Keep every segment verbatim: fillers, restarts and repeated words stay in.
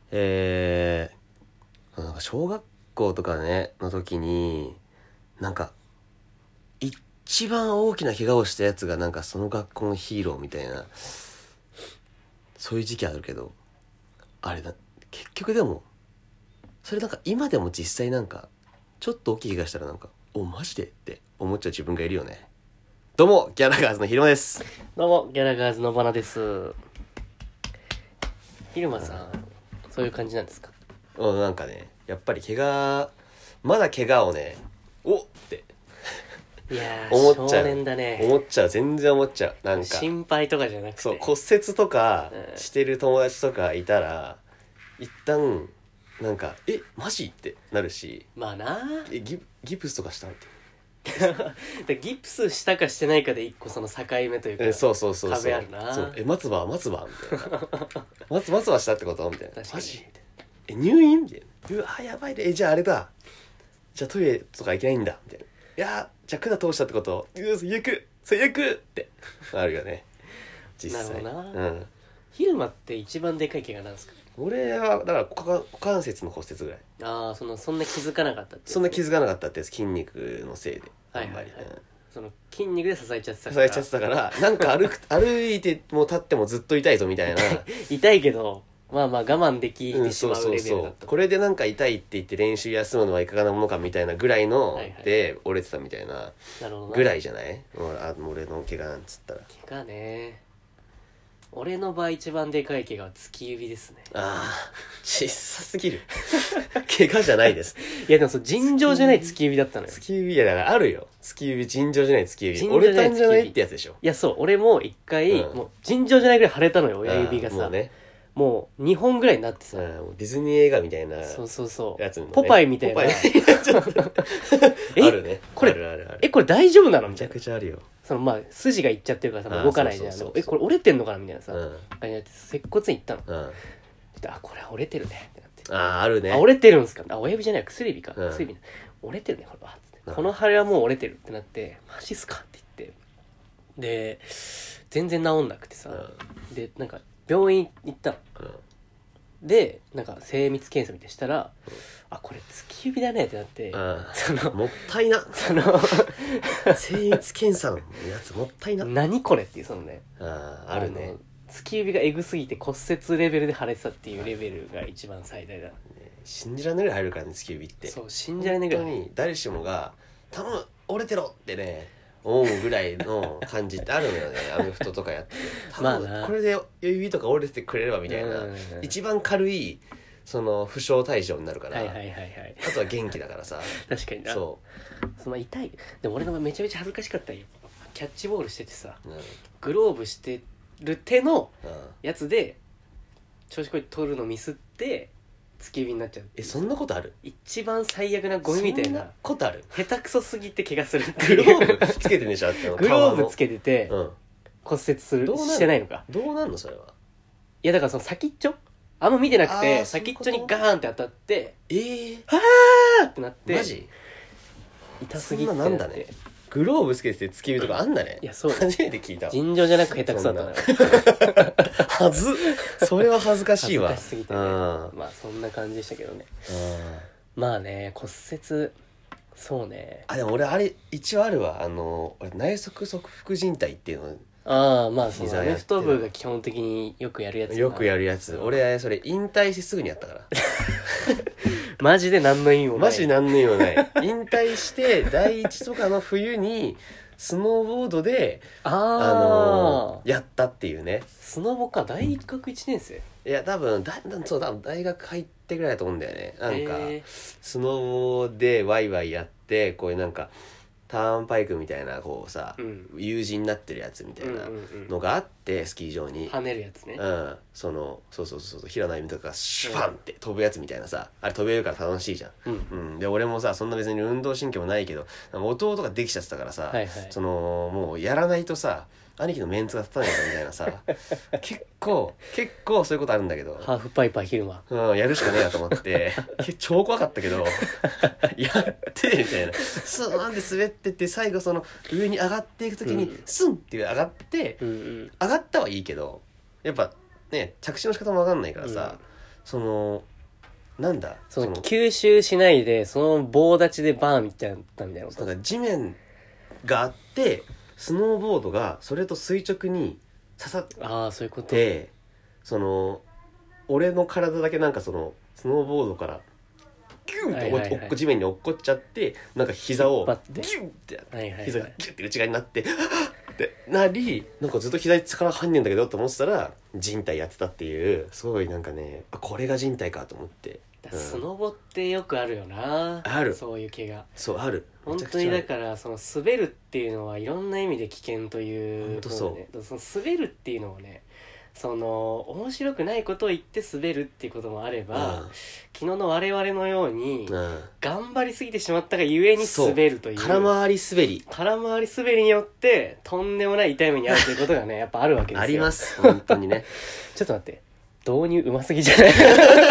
えー、なんか小学校とかねの時になんか一番大きな怪我をしたやつがなんかその学校のヒーローみたいな、そういう時期あるけど、あれだ結局でもそれなんか今でも実際なんかちょっと大きい怪我したらなんかおマジでって思っちゃう自分がいるよね。どうもギャラガーズのひろまです。 どうもギャラガーズのバナです。ひるまさん、そういう感じなんですか？ うんなんかねやっぱり怪我まだ怪我をねおっていやー思っちゃう少年だね。 思っちゃう全然思っちゃう。なんか心配とかじゃなくて、 そう骨折とかうんしてる友達とかいたら一旦なんかえマジってなるし、 まあなえ ギ, ギプスとかしたってでギプスしたかしてないかで一個その境目というか、 えそうそうそうそう壁あるな。 そうえ松葉松葉みたいな松松葉したってことみたいな確かにマジみたいなえ入院みたいなうわやばいねえじゃああれだじゃあトイレとか行けないんだみたいないやじゃあ管通したってことうわ最悪最悪ってあるよね実際。 なるほどなうんひるまって一番でかい怪我なんですか？ 俺はだから股関股関節の骨折ぐらい。 ああ、そのそんな気づかなかったってやつね。 そんな気づかなかったってやつ筋肉のせいであんまり、 はいはいはいうんその筋肉で支えちゃってた支からえちゃってたからなんか歩く歩いても立ってもずっと痛いぞみたいな痛いけどまあまあ我慢できうんてしそうそうまうレベルだったそうこれでなんか痛いって言って練習休むのはいかがなものかみたいなぐらいのはいはいで折れてたみたいななるほどな。 ぐらいじゃない俺あ俺の怪我なんつったら怪我ね。俺の場合一番でかい怪我は突き指ですね。 ああ小さすぎる怪我じゃないですいやでもそう尋常じゃない突き指だったのよ。 突き指やだからあるよ突き指尋常じゃない突き指尋常じゃない折れたんじゃないってやつでしょ。 いやそう俺も一回、 うんもう尋常じゃないぐらい腫れたのよ親指がさ。 あーもうねもうにほんぐらいになってさ、 うんもうディズニー映画みたいなそうそうそうやつのねポパイみたいなポパイちょっとえあるねこれあるあるあるえこれ大丈夫なのみめちゃたいな。 くちゃあるよ。 そのまあ筋がいっちゃってるからさもうあー動かないじゃん。 そうそうそうそうえこれ折れてんのかなみたいなさ、 うん感じになって接骨院行ったの。 うんあこれ折れてるねってなって、 あああるねあ折れてるんですか。あ親指じゃない薬指か、 うん薬指折れてるねこれはつって、 うんこの腫れはもう折れてるってなってマジっすかって言ってで全然治んなくてさ、でなんか病院行ったのうんでなんか精密検査みたいにしたら、あこれ突き指だねってなって、 うんそのもったいなその精密検査のやつもったいな何これっていうそのねあああるねの突き指がエグすぎて骨折レベルで腫れてたっていうレベルが一番最大だ。 信じられないぐらい入るからね突き指ってそう信じられないぐらい本当に誰しもが頼む折れてろってね思うぐらいの感じってあるのよねアメフトとかやって頼むまあなこれで指とか折れてくれればみたいなうん一番軽いその負傷対象になるから、 はいはいはいはいあとは元気だからさ確かにな。 そその痛いでも俺の場合めちゃめちゃ恥ずかしかったんよ。キャッチボールしててさう、うんうん、 グローブしてる手のやつで調子こいて取るのミスって突き指になっちゃう。 えそんなことある一番最悪なゴミみたいそんなことある下手くそすぎて怪我するってグロいうーブつけてんでしょあってグローブつけててうん骨折するどうなるしてないのか。 どうなんのそれはいやだからその先っちょあんま見てなくあてー先っちょにそういうことガーンって当たってえー、 あーってなってマジ痛すぎってそんななんだねグローブつけて突き指とかあんだね。 いやそう初めて聞いたわ尋常じゃなく下手くそだったのよ。 はずそれは恥ずかしいわ恥ずかしすぎてね。 うんまあそんな感じでしたけどね。 うんまあね骨折そうね。 あでも俺あれ一応あるわあの俺内側側副靭帯っていうのああまあその膝やってアメフト部が基本的によくやるやつよくやるるやつ俺それ引退してすぐにやったからマジで何の意味もない。 マジ何の意味もない引退して第一とかの冬にスノーボードであああのやったっていうね。 スノボか大学いちねん生。 いや多分だそう多分大学入ってぐらいだと思うんだよね。なんかへースノボでワイワイやってこういうなんかターンパイクみたいなこうさ、 うん U 字になってるやつみたいなうんうんうんのがあってスキー場に、 跳ねるやつね。 うん、そのそうそうそうそう平野歩夢とかがシュファンって飛ぶやつみたいなさ、あれ飛べるから楽しいじゃん、 うんうん、で俺もさそんな別に運動神経もないけど弟ができちゃってたからさ、 はいはいそのもうやらないとさ兄貴のメンツが立たないかみたいなさ結構結構そういうことあるんだけど、 ハーフパイパー昼間。 うん、やるしかねえなと思って超怖かったけどやってみたいなスーンって滑ってって最後その上に上がっていく時に、 うんスンって上がってうんうん上がったはいいけどやっぱね着地の仕方も分かんないからさ、 そのなんだその吸収しないでその棒立ちでバーンみたいなったみたいなこと。 なんか地面があってスノーボードがそれと垂直に刺さってああそういうこと。 その俺の体だけなんかそのスノーボードからギュンってはいはいはいおっこ地面に落っこっちゃってなんか膝を引っ張ってギュンってやって、 はいはいはい膝がギュンって内側になってってなりなんかずっと左力入んねんだけどって思ってたら人体やってたっていうすごいなんかねあこれが人体かと思って、 だからスノボってよくあるよな、 あるそういう怪我。 そうある本当にだからその滑るっていうのはいろんな意味で危険という本当そうね、その滑るっていうのをねその面白くないことを言って滑るっていうこともあれば、 うん昨日の我々のようにうん頑張りすぎてしまったがゆえに滑るという空回り滑り空回り滑りによってとんでもない痛い目に遭うということがねやっぱあるわけですよ。 あります本当にねちょっと待って導入うますぎじゃないちょ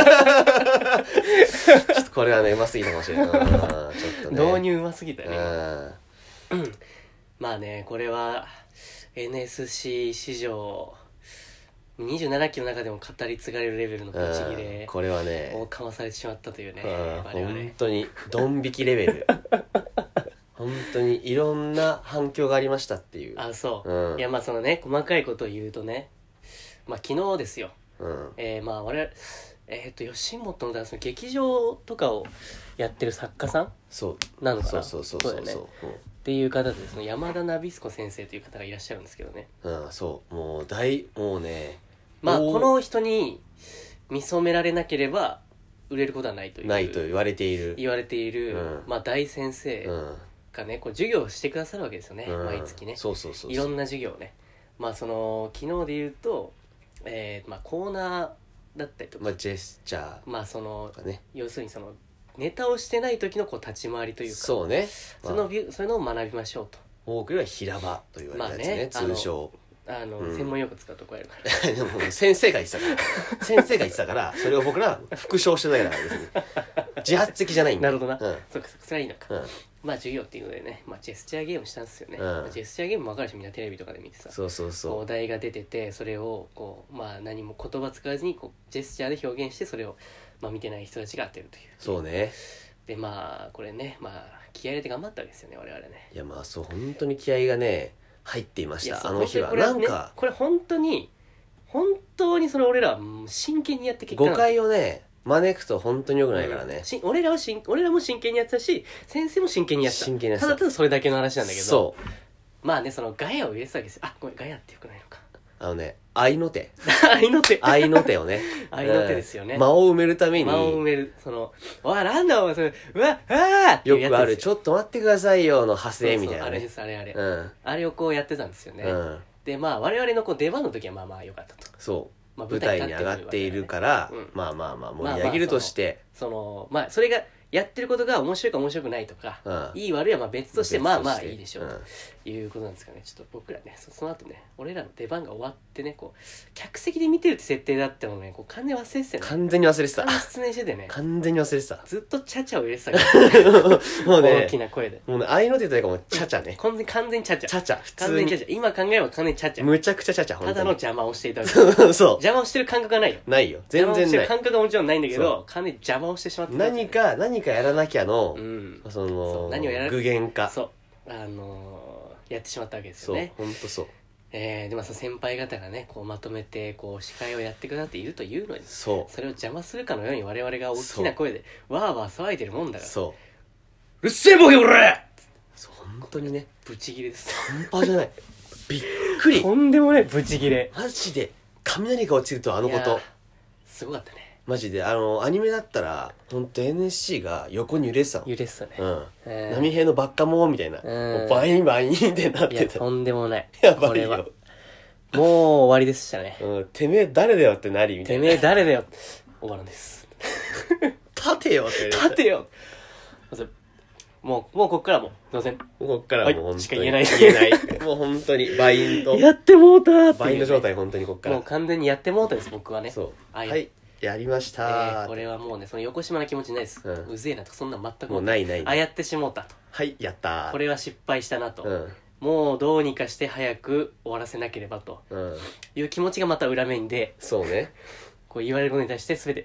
っとこれはねうますぎたかもしれない、うん、ちょっとね導入うますぎたね。 うんまあねこれは エヌエスシー 史上にじゅうななきの中でも語り継がれるレベルのブチギうんレこれはねをかまされてしまったというね、 うん我々 本当にドン引きレベル本当にいろんな反響がありましたっていうあそう、 うんいやまあそのね細かいことを言うとねまあ昨日ですよ、 うんえー、まあ我々えっ、と吉本のだからその劇場とかをやってる作家さんそうなのかなそうそうそうそうだよねそうっていう方でその山田ナビスコ先生という方がいらっしゃるんですけどね、 うん、うん、そうもう大もうねおーまあこの人に見初められなければ売れることはないというないと言われている言われている、 うんまあ大先生うんがねこう授業をしてくださるわけですよね、 うん毎月ねそうそうそうそういろんな授業をねまあその昨日で言うと、えーまあ、コーナーだったりとか、 まあジェスチャまあそのーとかね要するにそのネタをしてない時のこう立ち回りというかそうね、 そのビュそういうのを学びましょうと多くは平場と言われるやつね,、 まあね通称あの、 うん専門用語使うとこやるからでも先生が言ってたから先生が言ってたからそれを僕ら復唱してないから別に自発的じゃないんだなるほどな、 うんそうかそうかそれはいいのか、 うんまあ授業っていうのでね、まあ、ジェスチャーゲームしたんですよね、 うんまあジェスチャーゲームも分かるしみんなテレビとかで見てさそうそうこうそお題が出ててそれをこう、まあ、何も言葉使わずにこうジェスチャーで表現してそれを、まあ、見てない人たちが当てるといううそうねでまあこれねまあ気合い入れて頑張ったわけですよね我々ねいやまあそう本当に気合がね入っていましいやそうたあの日は本当にこれねなんかこれ本当に本当にそれ俺らはうん真剣にやって結果誤なんだ解をね招くと本当に良くないからね、 し俺らはしん俺らも真剣にやってたし先生も真剣にやってた真剣にやってたただただそれだけの話なんだけどそうまあねそのガヤを入れてたわけですよあごめんガヤってよくないのかあのね愛の手愛の手愛の手をね愛の手ですよねうん間を埋めるために間を埋めるその「おいなんだお前それうわあー!」っていうやつよくある「 ですよちょっと待ってくださいよ」の派生みたいなそうそうあれねですあれあれ、 うんあれをこうやってたんですよね、 うんでまあ我々のこう出番の時はまあまあ良かったとそう、 まあ舞台に上がっているから、 うんまあまあまあ盛り上げるとして、 そのまあそれがやってることが面白いか面白くないとか、 うんいい悪いはまあ別として別まあまあとしていいでしょうということなんですかねちょっと僕らねそその後ね俺らの出番が終わってねこう客席で見てるって設定だったのをねこう完全に忘れてたよね完全に忘れてた完全に失念しててね完全に忘れてたずっとチャチャを入れてたからもうね大きな声でもうね愛の手というかもうチャチャね完全に完全にチャチャチャチャ普通に完全にチャチャ今考えれば完全にチャチャむちゃくちゃチャチャ本当にただの邪魔をしていたわけそうそ邪魔をしてる感覚はないようないよ全然ない邪魔をしてる感覚はもちろんないんだけそど完全に邪魔をしてしまってた何か何かやらなきゃの、 うんそそのう何をやら具現化そうあのーやってしまったわけですそうよね本当そうえー、でもその先輩方がねこうまとめてこう司会をやってくださっているというのにそそれを邪魔するかのように我々が大きな声でわーわー騒いでるもんだからうそううっせえボケ俺そう本当にねブチギレです半端じゃないびっくりとんでもないブチギレマジで雷が落ちるとあのこといやーすごかったねマジであのアニメだったら本当 エヌエスシー が横に揺れてたの揺れてたね、 うんえー波平のバッカモーみたいな、 うんもうバインバインってなってたいやとんでもないやばいこれはよ、 もう終わりでしたねうん、てめえ誰だよってなりみたいなてめえ誰だよ終わるんです立てよって立てよもうもうこっからもうすいませんこっからはもう本当に、 はいしか言えない言えないもう本当にバインとやってもうたーっていうねバインド状態本当にこっからもう完全にやってもうたです僕はねそうあいはいやりましえたー、 ーこれはもうねその横島な気持ちないです、 うんうぜえなとかそんな全くもうないないあやってしもうたとはいやったーこれは失敗したなと、 うんもうどうにかして早く終わらせなければとうんいう気持ちがまた裏面でそうねこう言われることに対して全て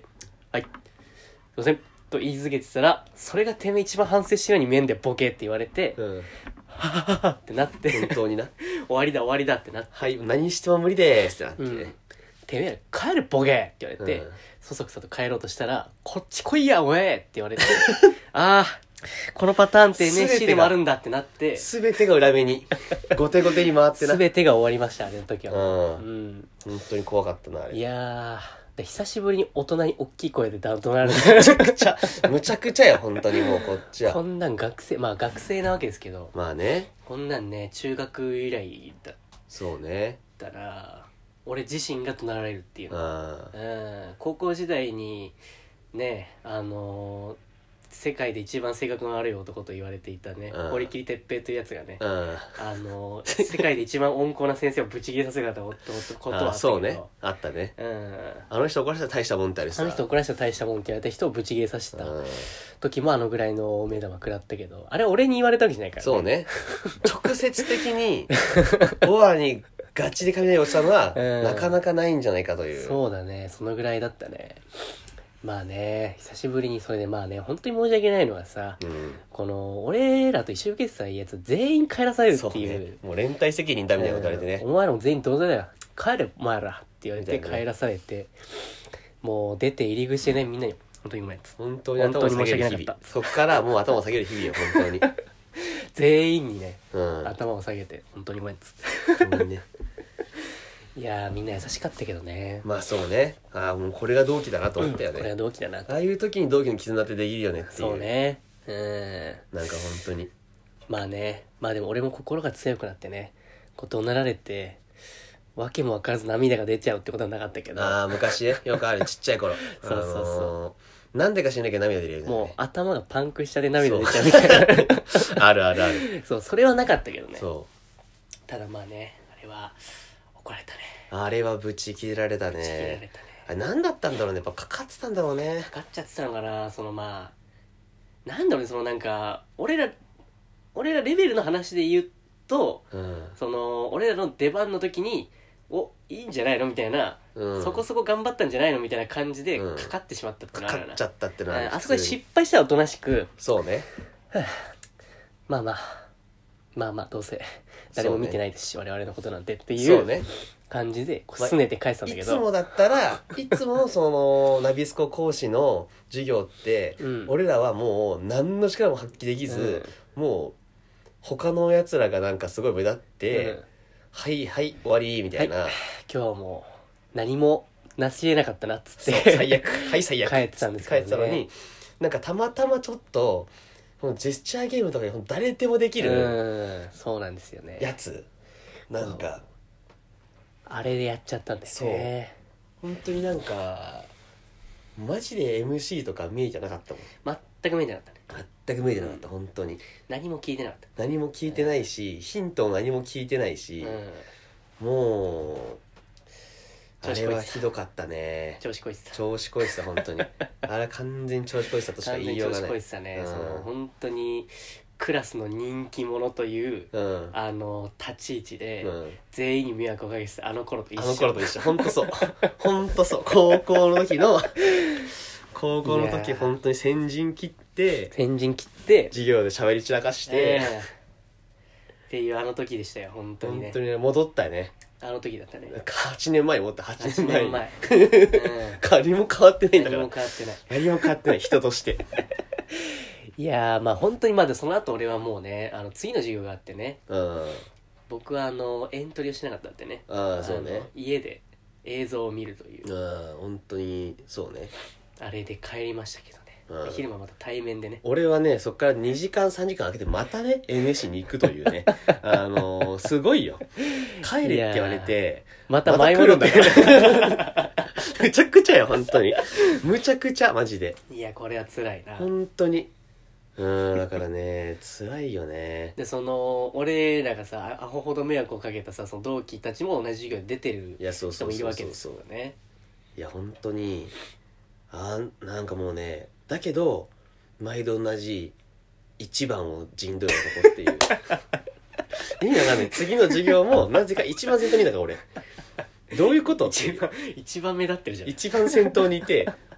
はいすいませんと言い続けてたら、それがてめえ一番反省してるように見えんでボケって言われて、 うん、 ははははってなって本当にな終わりだ終わりだってなって、 はい何しても無理ですってなって、 うん、てめえ帰るボケって言われて、 うん、 そそくさと帰ろうとしたら、こっち来いやおえって言われてああこのパターンって エヌエスシー でもあるんだってなって、 全てが裏目に後手後手に回ってな、 全てが終わりましたあれの時は。 うん、 うん、 本当に怖かったなあれ。 いやーで久しぶりに大人に大きい声で怒鳴るむちゃくちゃむちゃくちゃや本当にもうこっちはこんなん学生まあ学生なわけですけど、 まあね、 こんなんね中学以来だっそうね、 たら俺自身が怒鳴られるっていうのは、 あうん、高校時代にねあのー世界で一番性格の悪い男と言われていたね、 うん堀切哲平というやつがね、 うん、 あのー世界で一番温厚な先生をぶち切れさせたことことはあったけど、 あそうね、あったね、 うんあの人怒らせたら大したもんってあるしさ、 あの人怒らせたら大したもんって言われた人をブチ切れさせたうん、 時もあのぐらいの目玉食らったけど、あれ俺に言われたわけじゃないからね。 そうね直接的にオアにガチで雷落ちたのは、 うんなかなかないんじゃないかという。 そうだね、そのぐらいだったね。まあね久しぶりにそれでまあね本当に申し訳ないのはさ、 うん、 この俺らと一緒に受けてたやつ全員帰らされるっていう、 そうね、もう連帯責任だみたいなこと言われてね、 うんお前らも全員同罪だよ帰れお前らって言われてみたいなね帰らされて、もう出て入り口でねみんなに本当にごめんっつ本当に頭を下げる日々、 本当に申し訳なかったそっからもう頭を下げる日々よ本当に全員にね、 うん頭を下げて本当にごめんっつ本当にねいやーみんな優しかったけどね、 まあそうね、ああもうこれが同期だなと思ったよね、 これは同期だなああいう時に同期の絆ってできるよねっていう。 そうねうんなんか本当にまあねまあでも俺も心が強くなってねこう怒鳴られて訳も分からず涙が出ちゃうってことはなかったけど、 ああ昔ねよくあるちっちゃい頃そうそうそうあのーなんでか知んなきゃ涙出るよねもう頭がパンクしたで涙出ちゃうみたいなあるあるあるそうそれはなかったけどね。 そただまあねあれは怒られたね。 うあれはブチ切れられたぶち切られね。 たね。 あれ何だったんだろうね、やっぱかかってたんだろうね。 かかっちゃってたのかな、そのまあなんだろうね、そのなんか俺ら俺らレベルの話で言うと、 うんその俺らの出番の時においいんじゃないのみたいな、 うんそこそこ頑張ったんじゃないのみたいな感じでうんかかってしまったってかのはあるな、 かっちゃったってのはああそこで失敗したらおとなしくそうねまあまあまあまあどうせ誰も見てないですし、我々のことなんてっていうそうね感じでこう拗ねて返したんだけど、 いつもだったらいつもそのナビスコ講師の授業って、 うん俺らはもう何の力も発揮できず、もう他のやつらがなんかすごい目立って、 うんはいはい終わりみたいな、 今日はもう何もなし得なかったなっつっそうて最悪はい最悪帰ってたんですけどね帰ってたのになんかたまたまちょっとこのジェスチャーゲームとかに誰でもできるうんそうなんですよね、 やつなんかあれでやっちゃったんですね。 本当になんかマジで エムシー とか見えてなかったもん。 全く見えてなかったね。 全く見えてなかった本当に何も聞いてなかっ何も聞いてないしヒントも何も聞いてないた、 しうん、 もうあ調子こいてたれはひどかったね。 調子こいてた調子こいてた本当にあれは完全に調子こいてたとしか完全に調子言いようがない。 こいてたね、 うんその本当にクラスの人気者といううんあの立ち位置で、 うん全員に迷惑をかけてたあの頃と一緒。 あの頃と一緒本当そう本当そう高校の時の高校の時いやー本当に先陣切って先陣切って授業で喋り散らかして、 ええっていうあの時でしたよ本当にね。 本当にね戻ったよね。 あの時だったね。 はちねんまえに戻ったはちねんまえにはちねんまえ、うん、 何も変わってないんだから何も変わってない。 何も変わってない人としていやーまあ本当にまだその後俺はもうねあの次の授業があってね、 うん僕はあのエントリーをしなかったってね。 ああそうねあの家で映像を見るといううん本当にそうね。 あれで帰りましたけどね、 うんで昼間また対面でね。 俺はねそっからにじかんさんじかん空けてまたね エヌエスシー に行くというねあのー、すごいよ帰れって言われてまた前戻ってまた来るんだからむちゃくちゃよ本当にむちゃくちゃマジでいやこれは辛いな。 本当にうんだからね辛いよね。 でその俺らがさアホほど迷惑をかけたさその同期たちも同じ授業で出てるいやそう人もいるわけそうそうそうですよね。 いや本当にあーなんかもうねだけど毎度同じ一番を陣取る男っていう意味わかんない。次の授業もなぜか一番先頭にいたから俺どういうことっていう一番一番目立ってるじゃん。 一番先頭にいて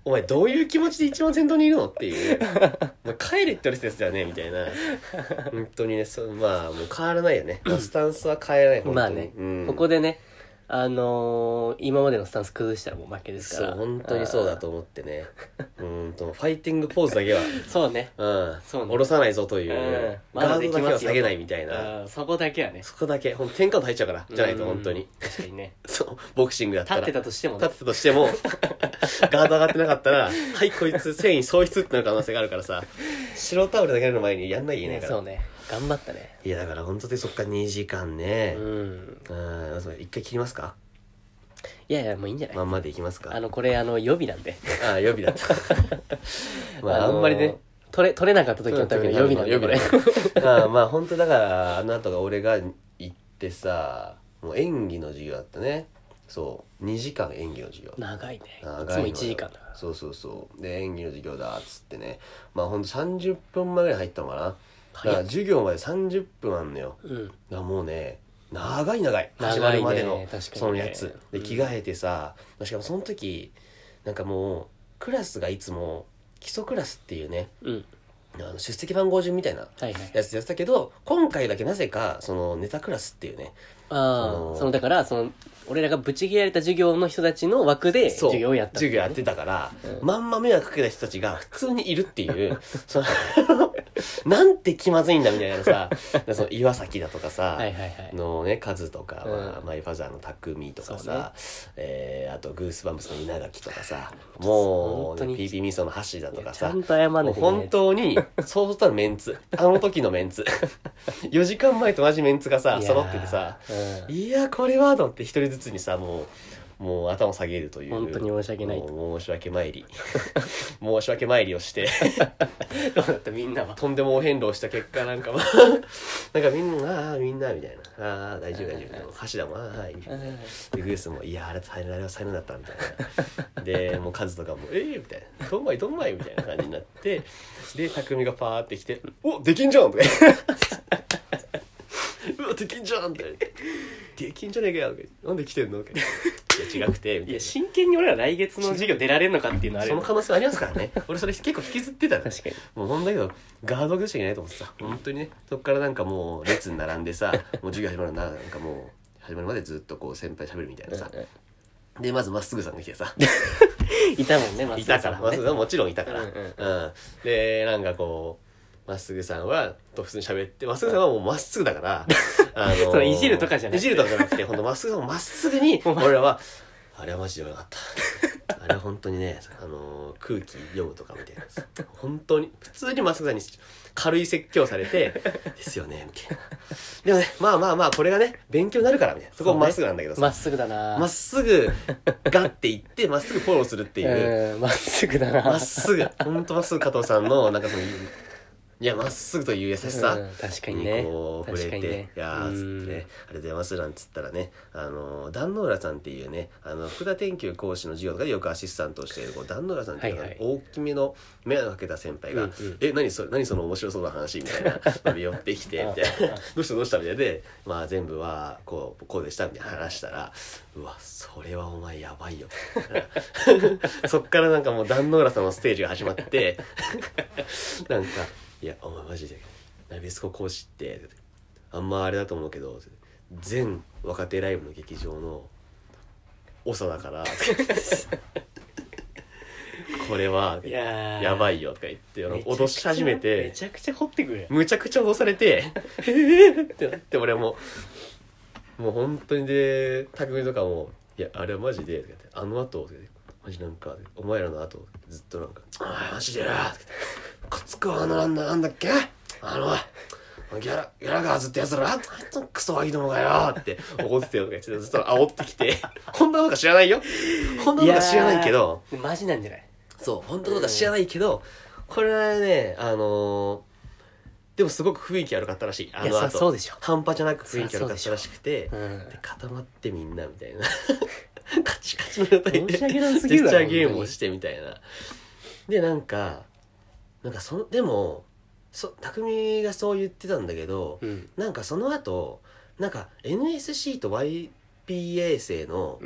お前どういう気持ちで一番先頭にいるのっていうもう帰れって言われたやつだよねみたいな本当にねそまあもう変わらないよね、まあ、スタンスは変えらない本当にまあね、 うん、 ここでねあのー、今までのスタンス崩したらもう負けですからそう本当にそうだと思ってねうんとファイティングポーズだけはそうねうんそうね下ろさないぞという、 うん、 ガードだけは下げないみたいな、 そこだけはねそこだけほんとテンカウント入っちゃうからじゃないと本当に確かにねそうボクシングだったら立ってたとしても、 ね、立ってたとしてもガード上がってなかったらはいこいつ繊維喪失ってなる可能性があるからさ白タオル投げるの前にやんなきゃいけないから、 ね、そうね頑張ったねいやだから本当にそっからにじかんねうんうん一回切りますかいやいやもういいんじゃないまんまでいきますかあのこれあの予備なんでああ予備だったまああんまりね取れ取れなかった時のための予備なんで予備だまあまあ本当だからあの後が俺が行ってさもう演技の授業だったねそうにじかん演技の授業長いね長いいつもいちじかんだからそうそうそうで演技の授業だっつってねまあほんとさんじゅっぷんまえぐらい入ったのかなだから授業までさんじゅっぷんあんのよ、うん、だからもうね長い長い始まるまでの、ね、そのやつで着替えてさ、うん、しかもその時なんかもうクラスがいつも基礎クラスっていうね、うん、あの出席番号順みたいなやつやってたけど、はいはい、今回だけなぜかそのネタクラスっていうねああそのだからその俺らがブチ切られた授業の人たちの枠で授業をやった、 ね、授業やってたから、うん、まんま迷惑かけた人たちが普通にいるっていうそのなんて気まずいんだみたいなさその岩崎だとかさ、はいはいはい、のねカズとか、うんまあ、マイファザーの匠とかさ、ねえー、あとグースバンプスの稲垣とかさもう、ね、ピーピーミソの橋だとかさちゃんと謝んなきゃいけない本当にそうしたらメンツあの時のメンツよじかんまえと同じメンツがさ揃っててさ、うん、いやこれはと思って一人ずつにさもうもう頭を下げるという本当に申し訳ない申し訳参り申し訳参りをしてどうだったみんなはとんでもお遍路をした結果なんかまあなんかみんなああみんなみたいなああ大丈夫大丈夫橋田もああはいみたいなでグースもいやあれ才能あれは才能だったみたいなでもうカズとかもええー、みたいなどんまいどんまいみたいな感じになってで匠がパーってきておできんじゃんとかうわできんじゃんってできんじゃねえかよなんで来てんのいや違くてみたいないや真剣に俺ら来月の授業出られるのかっていうのあるその可能性ありますからね俺それ結構引きずってたの確かにもうほんだけどガードぐしかいないと思ってさ本当にねそっからなんかもう列に並んでさもう授業始まるななんかもう始まるまでずっとこう先輩喋るみたいなさでまずまっすぐさんが来てさいたもんねまっすぐさんも、ね、 いたからまっすぐさんもちろんいたから、うんうんうん、でなんかこうまっすぐさんはと普通に喋ってまっすぐさんはもうまっすぐだからあのー、そのいじるとかじゃないいじるとかじゃなくてほんとまっすぐさんもまっすぐに俺らはあれはマジでよかったあれは本当にね、あのー、空気読むとかみたいな本当に普通にまっすぐさんに軽い説教されてですよねみたいなでもねまあまあまあこれがね勉強になるからみたいなそこまっすぐなんだけどさまっすぐだなまっすぐガッていってまっすぐフォローするっていうまっすぐだなまっすぐほんとまっすぐ加藤さんのなんかそのいやまっすぐという優しさに確かにねこう触れて、ね、いやーつってねありがとうございますなんつったらねあの壇ノ浦さんっていうねあの福田天球講師の授業とかでよくアシスタントをしている壇ノ浦さんっていうのが大きめの眼鏡をかけた先輩が「うんうん、え何それ何その面白そうな話」みたいなので寄ってきてみたいな「どうしたどうした?」みたいでまあ全部はこうこうでしたみたいな話したら「うわそれはお前やばいよ」そっからなんかもう壇ノ浦さんのステージが始まってなんかいやお前マジでナビスコ講師ってあんまあれだと思うけど全若手ライブの劇場の長だからこれはやばいよとか言って脅し始めてめちゃくちゃ掘ってくるむちゃくちゃ脅されてえーってなって俺ももう本当にで匠とかもいやあれはマジでとか言ってあの後マジなんかお前らの後ずっとなんかあマジでなってこつくあのなんだなんだっけあのギャラギャラガーズってやつらクソワギどもがよって怒ってたよとか言ってずっと煽ってきて本当のことか知らないよ本当のことか知らないけどマジなんじゃないそう本当のことか知らないけどこれはねあのー、でもすごく雰囲気悪かったらしいあの後そうでしょ半端じゃなく雰囲気悪かったらしくて、うん、で固まってみんなみたいなカチカチの状態でジェスチャーゲームをしてみたいなでなんかなんかそのでもそ匠がそう言ってたんだけど、うん、なんかその後なんか エヌエスシー と ワイピーエー 生の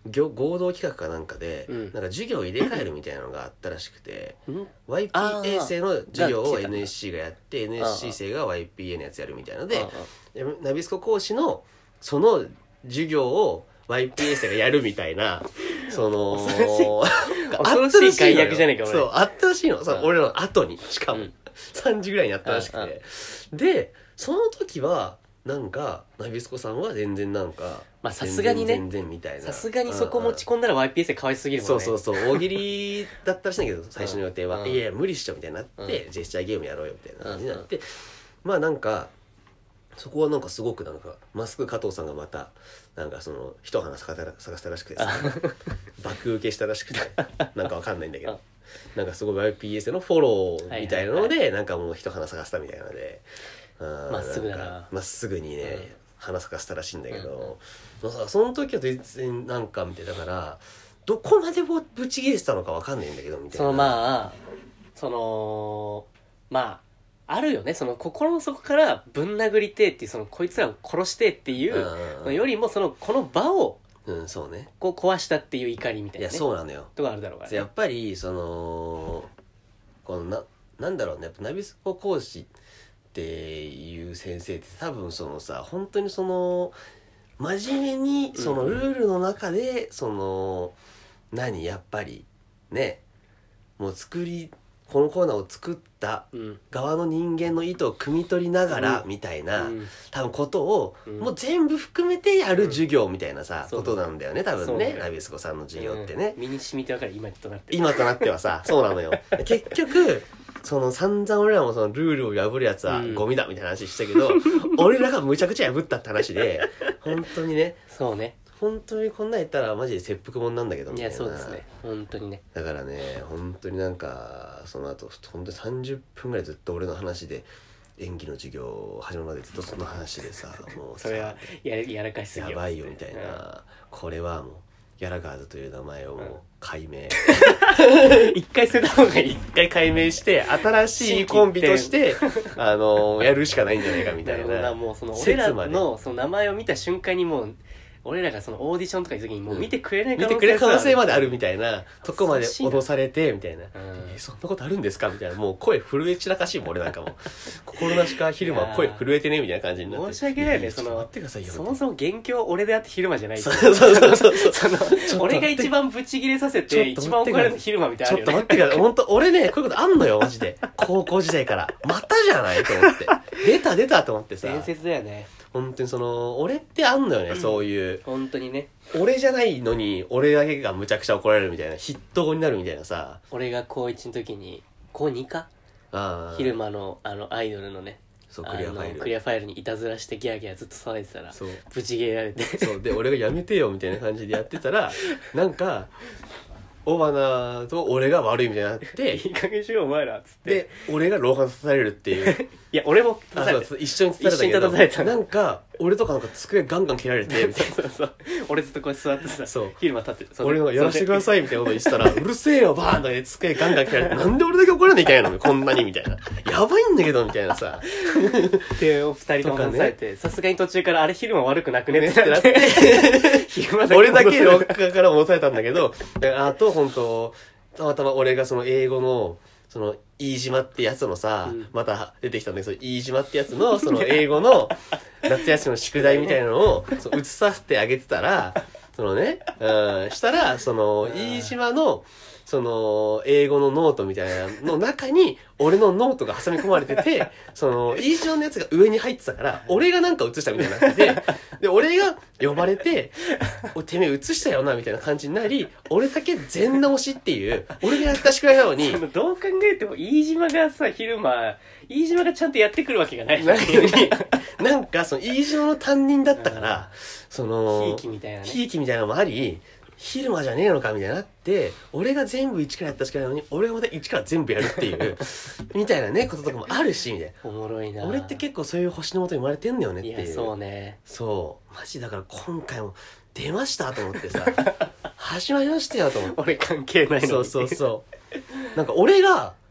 業合同企画かなんかで、 うんなんか授業を入れ替えるみたいなのがあったらしくて、 うんワイピーエー 生の授業をが来てたんだエヌエスシー がやって エヌエスシー 生が ワイピーエー のやつやるみたいなので、 うんうんでナビスコ講師のその授業を ワイピーエー 生がやるみたいなその恐ろしいあ恐ろしいったらしいのよ解約じゃねえか俺そうあったらしいの、そううん俺の後にしかも、 うんさんじぐらいにあったらしくて、でその時はなんかナビスコさんは全然なんかまあさすがにね全然全然みたいなさすがにそこ持ち込んだら ワイピーエス かわいすぎるもんね。 そうそうそう大喜利だったらしいんだけど最初の予定は、 うんいやいや無理っしょみたいになって、ジェスチャーゲームやろうよみたいな感じになって、まあなんかそこはなんかすごくなんかマスク加藤さんがまたなんかその一花探した探したらしくてさ爆受けしたらしくてなんかわかんないんだけどなんかすごい ワイピーエス のフォローみたいなのでなんかもう一花探したみたいなのでまっすぐだななんかまっすぐにね、 うん花咲かせたらしいんだけうんうんど、まあさその時は全然なんかみたいだからどこまでぶぶち切れてたのかわかんないんだけどみたいな。 そのまあそのまああるよね、その心の底からぶん殴りてえっていうそのこいつらを殺してえっていううんのよりもそのこの場をうんそうね。 こう壊したっていう怒りみたいいやなねそうなのよ。 とかあるだろうからね。 やっぱりそのこのななんだろうねやっぱナビスコ講師っていう先生って多分そのさ本当にその真面目にそのルールの中でその何やっぱりねもう作りこのコーナーを作ったうん側の人間の意図を汲み取りながらうんみたいな、 うん多分ことをうんもう全部含めてやる授業みたいなさ、 そうことなんだよね多分そうだよねナビスコさんの授業ってね、 うん身に染みてわかる今となって今となってはさそうなのよ結局その散々俺らもそのルールを破るやつはうんゴミだみたいな話したけど、俺らがむちゃくちゃ破ったって話で本当にねそうね。 本当にこんなん言ったらマジで切腹もんなんだけどみいたいな。 やそうですね本当にね。 だからね本当になんかその後本当にさんじゅっぷんぐらいずっと俺の話で演技の授業始まるまでずっとその話でさもうさそれはやらやらかしすぎやばいよみたいうんな、これはもうギャラガーズという名前をもう解明、 一回捨てた方がいい。 一回解明して新しいコンビとしてあのやるしかないんじゃないかみたいななるほどな。もうその俺ら説までのその名前を見た瞬間にもう俺らがそのオーディションとかいう時にもう見てくれない可能性見てくれる可能性まであるみみたいなとこまで脅されてみたいな、 うんえそんなことあるんですかみたいな、もう声震え散らかしいもん俺なんかも心なしか昼間は声震えてねみたいな感じになって申し訳ないよねやちょっとその待ってくださいよそもそも元凶俺であって昼間じゃないそうそうそうそうそうそのちょっと待って俺が一番ブチギレさせて一番怒られるの昼間みたいなちょっと待ってから本当俺ねこういうことあんのよマジで高校時代からまたじゃないと思って出た出たと思ってさ伝説だよね本当にその俺ってあんのよね、そういう本当にね。 俺じゃないのに俺だけがむちゃくちゃ怒られるみたいな筆頭になるみたいなさ俺が高いちの時に高にかああ昼間のあのアイドルのねそうあクリアファイルのクリアファイルにいたずらしてギャーギャーずっと騒いでたらそうブチギレられてそうで俺がやめてよみたいな感じでやってたらなんかオバナと俺が悪いみたいになっていい加減しろお前らっつってで俺が廊下刺されるっていういや俺もあ刺されてそう一緒に刺されたけど一緒に立たされたなんか俺とかなんか机ガンガン切られてみたいなそうそうそう俺ずっとこう座ってさそう昼間立ってる俺のやらせてくだいさいみたいなこと言ってたらうるせえよバーンとかで机ガンガン切られてなんで俺だけ怒らなきゃいけないのこんなにみたいなやばいんだけどみたいなさでお二人とも話されてさすがに途中からあれ昼間悪くなくねねってなって昼間だけ俺だけ廊戻せ下から戻されたんだけどあと本当たまたま俺がその英語のその飯島ってやつのさ、 うんまた出てきたんだけど飯島ってやつのその英語の夏休みの宿題みたいなのをそう移させてあげてたらそのね、うん、したらその飯島のその英語のノートみたいなの中に俺のノートが挟み込まれててその飯島のやつが上に入ってたから俺がなんか移したみたいになっててで俺が呼ばれて「おてめえ移したよな」みたいな感じになり俺だけ全直しっていう俺がやった宿題なのにそのどう考えても飯島がさ昼間飯島がちゃんとやってくるわけがないないのになんかその飯島の担任だったからそのひいきみたいなねひいきみたいなのもあり昼間じゃねえのかみたいになって俺が全部一からやった宿題なのに俺がまた一から全部やるっていうみたいなねこととかもあるしみたいなおもろいな俺って結構そういう星の下に生まれてんだよねっていういやそうねそうマジだから今回も出ましたと思ってさ始まりましたよと思って俺関係ないのにそうそうそうなんか俺が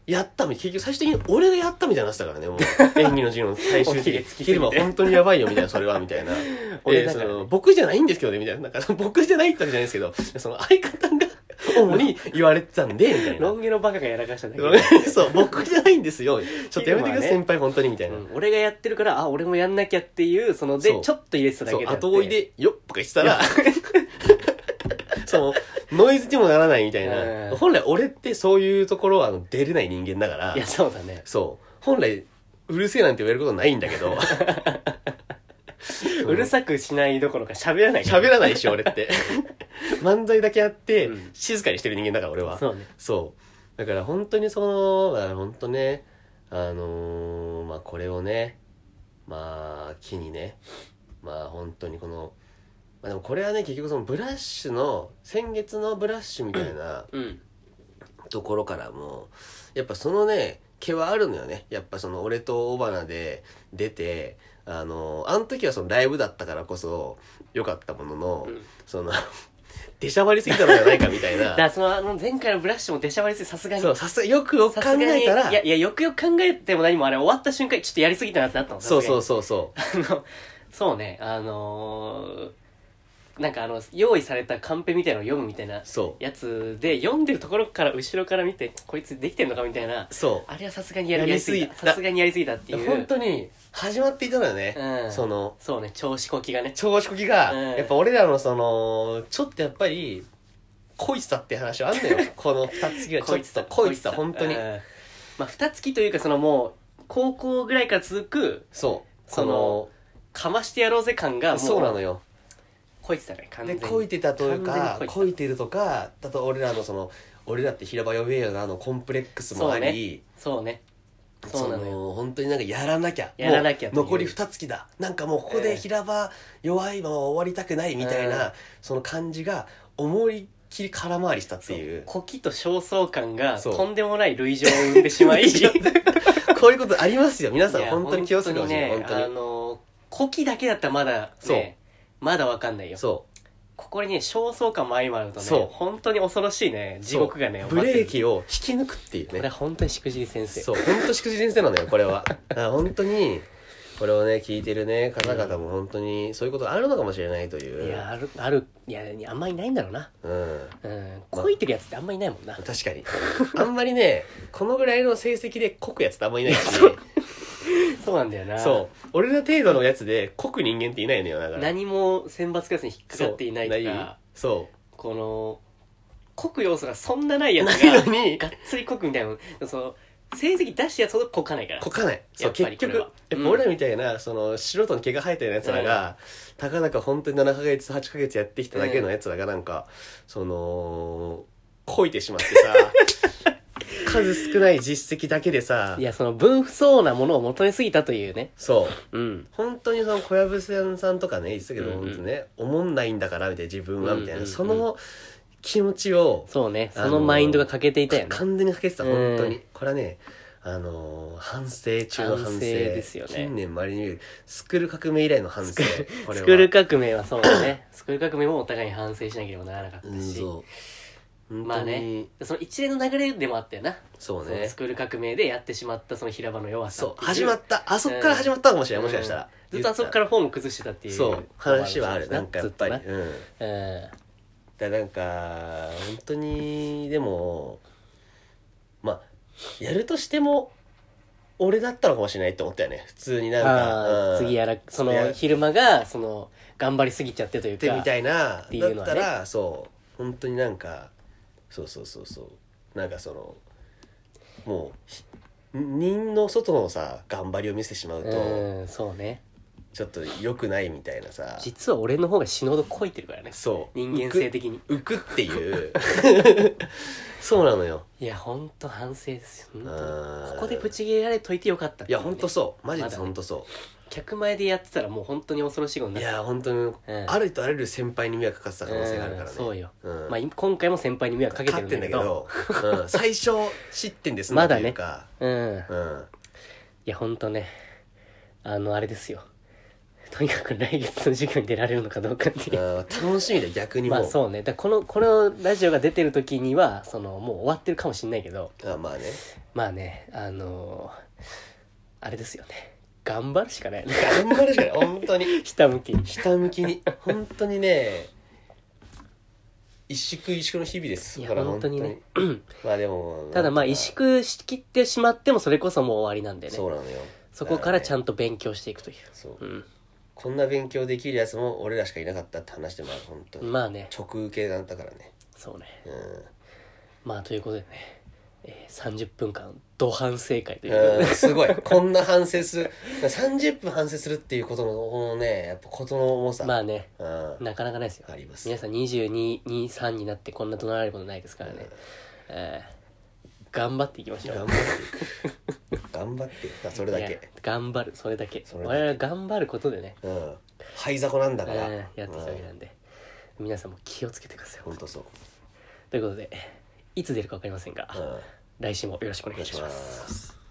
やったみ結局最終的に俺がやったみたいになってたからねもう演技の授業の最終的に昼間本当にやばいよみたいなそれはみたいな俺だからねえーその僕じゃないんですけどねみたいななんか僕じゃないってわけじゃないですけどその相方が主に言われてたんでみたいなロン毛のバカがやらかしただけそう僕じゃないんですよちょっとやめてください、 ね、 先輩本当にみたいな、 うん、俺がやってるからあ俺もやんなきゃっていうそのでそうちょっと入れてただけでそう後追いでよっとか言ってたらそうノイズにもならないみたいな、 うん本来俺ってそういうところはあの出れない人間だからいやそうだねそう本来うるせえなんて言われることないんだけどうるさくしないどころか喋らないから喋らないし俺って漫才だけやって、 うん静かにしてる人間だから俺はそうねそうだから本当にそのまあ本当ねあのー、まあこれをねまあ機にねまあ本当にこのまあでもこれはね結局そのブラッシュの先月のブラッシュみたいなうんところからもやっぱそのね毛はあるのよねやっぱその俺と尾花で出てあのあの時はそのライブだったからこそ良かったものの、 うんその出しゃばりすぎたのじゃないかみたいなだからそのあの前回のブラッシュも出しゃばりすぎさすがにそうさすがよくよく考さすがにえたらいやいやよくよく考えても何もあれ終わった瞬間ちょっとやりすぎたなってなったのそうそううそうそうあのそうねあのー、なんかあの用意されたカンペみたいなのを読むみたいなそうやつで読んでるところから後ろから見てこいつできてんのかみたいなそあれはさすがにやりやりすぎたすぎさすがにやりすぎたっていう本当に始まっていたのよね、 うんそのそうね調子こきがね調子こきが、 うんやっぱ俺らのそのちょっとやっぱりこいつだって話はあんのよこの二つきがちょっとこいつだ本当に、 うんまあ二月というかそのもう高校ぐらいから続くそうそのかましてやろうぜ感がもうそうなのよこいつだね完全にでこいてたという完全にかこいてたこいてるとかだと俺らのその俺らって平場呼べよなのコンプレックスもありそうねそうなのよの本当になんかやらなきゃやらなきゃというもう残り二月だなんかもうここで平場弱いまま終わりたくないみたいな、 うんその感じが思いっきり空回りしたっていう古希と焦燥感がそうとんでもない類情を生んでしまいこういうことありますよ皆さんいや本当に気をつけてほしい本当に,、 本当にねあの古希だけだったらまだそうねまだわかんないよそここにね焦燥感も相まるとねそう本当に恐ろしいねう地獄がねそうブレーをキを引き抜くっていうこれね本当にしくじり先生そう本当しくじり先生なのよこれはだから本当にこれをね聞いてるね方々も本当にそういうことがあるのかもしれないといういやあるあるいやあんまりいないんだろうなうんうんこいてるやつってあんまりいないもんな確かにあんまりねこのぐらいの成績で濃くやつってあんまりいないしそうなんだよなそう俺ら程度のやつで濃く人間っていないのよだから何も選抜クラスに引っかかっていないとそうかそこの濃く要素がそんなないやうつがないのにがっつり濃くみたいなその成績出したやつほど濃かないから濃かないそうやっぱ結局やりこれはっぱ俺らみたいな、その素人に毛が生えたようなやつらが、たかだか本当にななかげつはちかげつやってきただけのやつらがなんか、そのこいてしまってさ数少ない実績だけでさいやその分不相なものを求めすぎたというねそううん本当にその小籔さんとかね言ってたけど、 うんうん本当ねおもんないんだからみたいな自分はみたいな、 うんうんうんその気持ちをそうねあのそのマインドが欠けていたよね完全にかけてたうん本当に、これはねあのー反省中の反省反省ですよね近年まれに見るスクール革命以来の反省これはスクール革命はそうだねスクール革命もお互いに反省しなければならなかったし、 うんそう本当にまあねその一連の流れでもあったよなそうねそのスクール革命でやってしまったその平場の弱さそうっていう始まったあそっから始まったかもしれない、もしかしたらうんずっとあそこからフォーム崩してたっていうそう話はあるなんかやっぱり、 ずとうんなうんだからなんか本当にでもまあやるとしても俺だったのかもしれないって思ったよね普通になんあか、うんー次やらそやの昼間がその頑張りすぎちゃってというかってみたいなっていうのはねだったらそう本当になんかそうそうそうそうなんかそのもうひ人の外のさ頑張りを見せてしまうとうんそうねちょっと良くないみたいなさ実は俺の方が死ぬほどこいてるからねそう人間性的に浮くっていうそうなのよいやほんと反省ですよ本当うんにここでブチ切れられといてよかったっいてうねやほんとそうマジでまだねほんとそ客前でやってたらもう本当に恐ろしいことういになってやほんとに、 うんあるとあらゆる先輩に迷惑かかってた可能性があるからねうんそうよ、 うんまあ、今回も先輩に迷惑かけてるんだけどかかってんだけど、うん、最初失点ですまだねというか、 うんうんいやほんとねあのあれですよとにかく来月の授業に出られるのかどうかっていうあー楽しみだよ逆にもう、 まあそうねだからこのこのラジオが出てる時にはそのもう終わってるかもしれないけどあまあねまあねあのー、あれですよね頑張るしかないね頑張るしかない本当にひたむきにひたむきに本当にね一宿一宿の日々ですいやだから本当にねまあでもただまあ萎なんとか縮しきってしまってもそれこそもう終わりなんでねそうなのよそこからちゃんんと勉強していくというそううんこんな勉強できるやつも俺らしかいなかったって話でもある本当にまあね直受けだったからねそうねうんまあということでね、えー、さんじゅっぷんかんど反省会ということで、 うんすごいこんな反省するさんじゅっぷん反省するっていうことのこのねやっぱことの重さまあねうんなかなかないですよあります皆さんにじゅうに、に、さんになってこんな怒鳴られることないですからね、えー頑張っていきましょう頑張っていく頑張っていくそれだいやけ頑張るそれだけそれだけ我々は頑張ることでね、 うん灰雑魚なんだからえーやってきたわけなんで、皆さんも気をつけてください本当そうということでいつ出るか分かりませんが、 うん来週もよろしくお願いしお願いしまますす